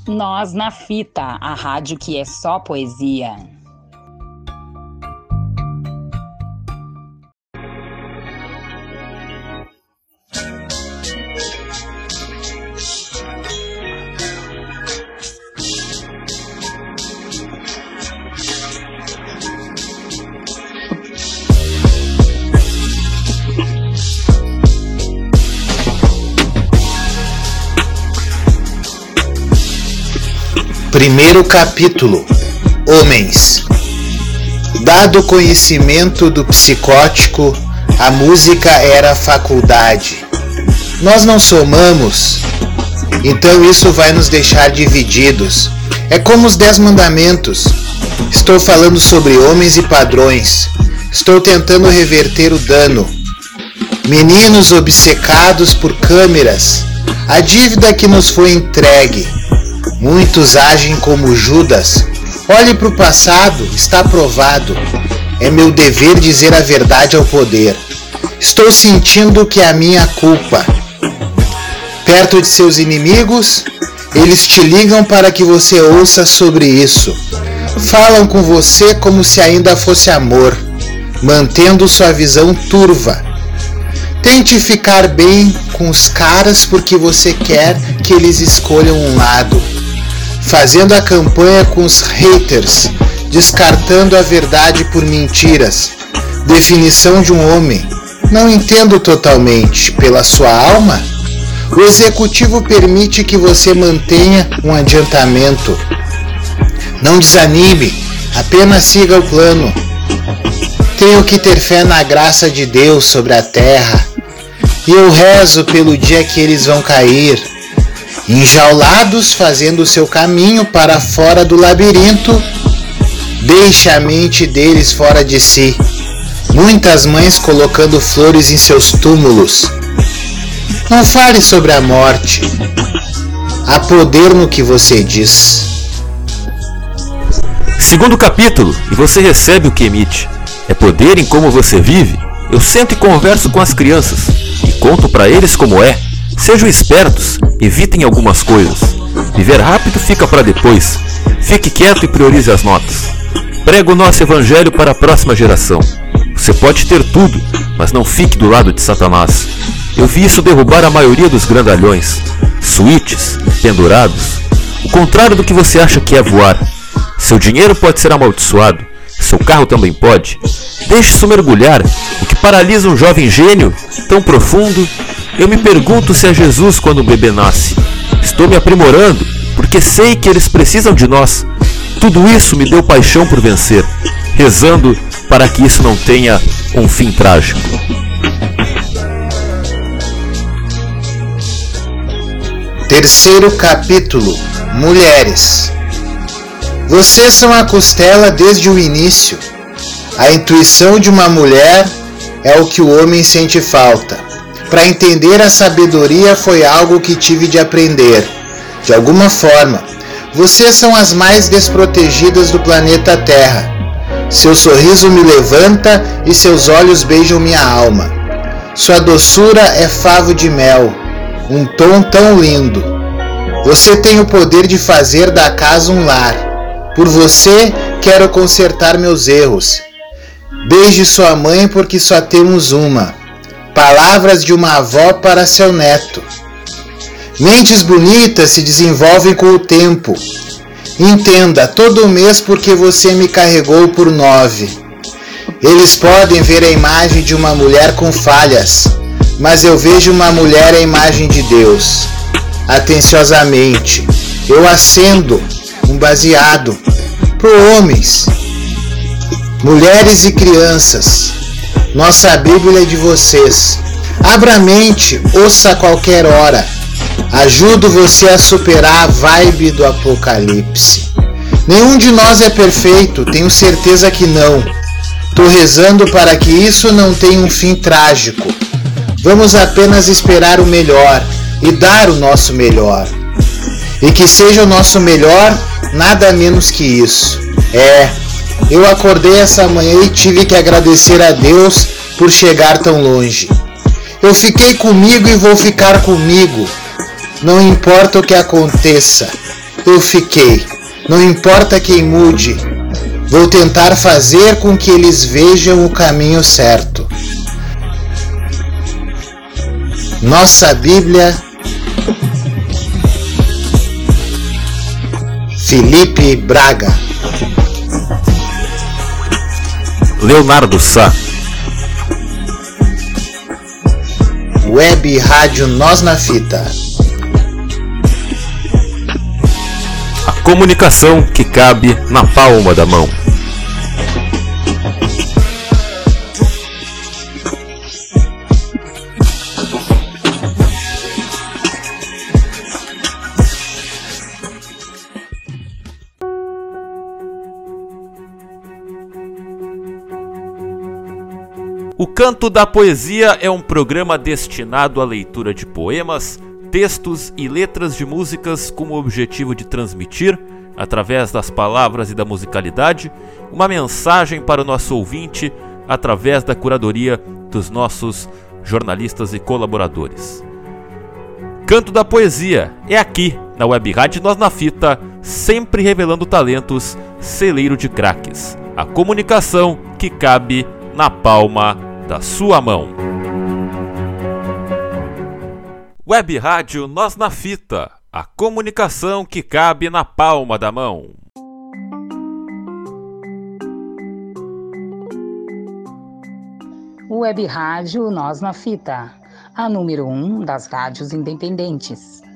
Nós na Fita, a rádio que é só poesia. Primeiro capítulo: Homens. Dado o conhecimento do psicótico, a música era faculdade. Nós não somamos, então isso vai nos deixar divididos. É como os 10 mandamentos. Estou falando sobre homens e padrões. Estou tentando reverter o dano. Meninos obcecados por câmeras, a dívida que nos foi entregue. Muitos agem como Judas. Olhe para o passado, está provado. É meu dever dizer a verdade ao poder. Estou sentindo que é a minha culpa. Perto de seus inimigos, eles te ligam para que você ouça sobre isso. Falam com você como se ainda fosse amor, mantendo sua visão turva. Tente ficar bem com os caras porque você quer que eles escolham um lado. Fazendo a campanha com os haters, descartando a verdade por mentiras. Definição de um homem. Não entendo totalmente. Pela sua alma? O executivo permite que você mantenha um adiantamento. Não desanime, apenas siga o plano. Tenho que ter fé na graça de Deus sobre a terra. E eu rezo pelo dia que eles vão cair. Enjaulados fazendo seu caminho para fora do labirinto, deixe a mente deles fora de si. Muitas mães colocando flores em seus túmulos. Não fale sobre a morte. Há poder no que você diz. Segundo capítulo, e você recebe o que emite. É poder em como você vive. Eu sento e converso com as crianças e conto para eles como é. Sejam espertos, evitem algumas coisas. Viver rápido fica para depois. Fique quieto e priorize as notas. Prega o nosso evangelho para a próxima geração. Você pode ter tudo, mas não fique do lado de Satanás. Eu vi isso derrubar a maioria dos grandalhões. Suítes, pendurados. O contrário do que você acha que é voar. Seu dinheiro pode ser amaldiçoado. Seu carro também pode. Deixe isso mergulhar. O que paralisa um jovem gênio tão profundo. Eu me pergunto se é Jesus quando o bebê nasce. Estou me aprimorando, porque sei que eles precisam de nós. Tudo isso me deu paixão por vencer, rezando para que isso não tenha um fim trágico. Terceiro capítulo: Mulheres. Vocês são a costela desde o início. A intuição de uma mulher é o que o homem sente falta. Para entender a sabedoria foi algo que tive de aprender. De alguma forma, vocês são as mais desprotegidas do planeta Terra. Seu sorriso me levanta e seus olhos beijam minha alma. Sua doçura é favo de mel, um tom tão lindo. Você tem o poder de fazer da casa um lar. Por você, quero consertar meus erros. Beije sua mãe porque só temos uma. Palavras de uma avó para seu neto. Mentes bonitas se desenvolvem com o tempo. Entenda, todo mês porque você me carregou por 9. Eles podem ver a imagem de uma mulher com falhas, mas eu vejo uma mulher à imagem de Deus. Atenciosamente, eu acendo um baseado para homens, mulheres e crianças. Nossa Bíblia é de vocês. Abra a mente, ouça a qualquer hora. Ajudo você a superar a vibe do apocalipse. Nenhum de nós é perfeito, tenho certeza que não. Tô rezando para que isso não tenha um fim trágico. Vamos apenas esperar o melhor e dar o nosso melhor. E que seja o nosso melhor, nada menos que isso. Eu acordei essa manhã e tive que agradecer a Deus por chegar tão longe. Eu fiquei comigo e vou ficar comigo. Não importa o que aconteça, eu fiquei. Não importa quem mude, vou tentar fazer com que eles vejam o caminho certo. Nossa Bíblia, Felipe Braga. Leonardo Sá. Web Rádio Nós na Fita. A comunicação que cabe na palma da mão. O Canto da Poesia é um programa destinado à leitura de poemas, textos e letras de músicas com o objetivo de transmitir, através das palavras e da musicalidade, uma mensagem para o nosso ouvinte através da curadoria dos nossos jornalistas e colaboradores. Canto da Poesia é aqui, na Web Rádio Nós na Fita, sempre revelando talentos, celeiro de craques. A comunicação que cabe na palma da sua mão. Web Rádio Nós na Fita, a comunicação que cabe na palma da mão. Web Rádio Nós na Fita, a número 1 das rádios independentes.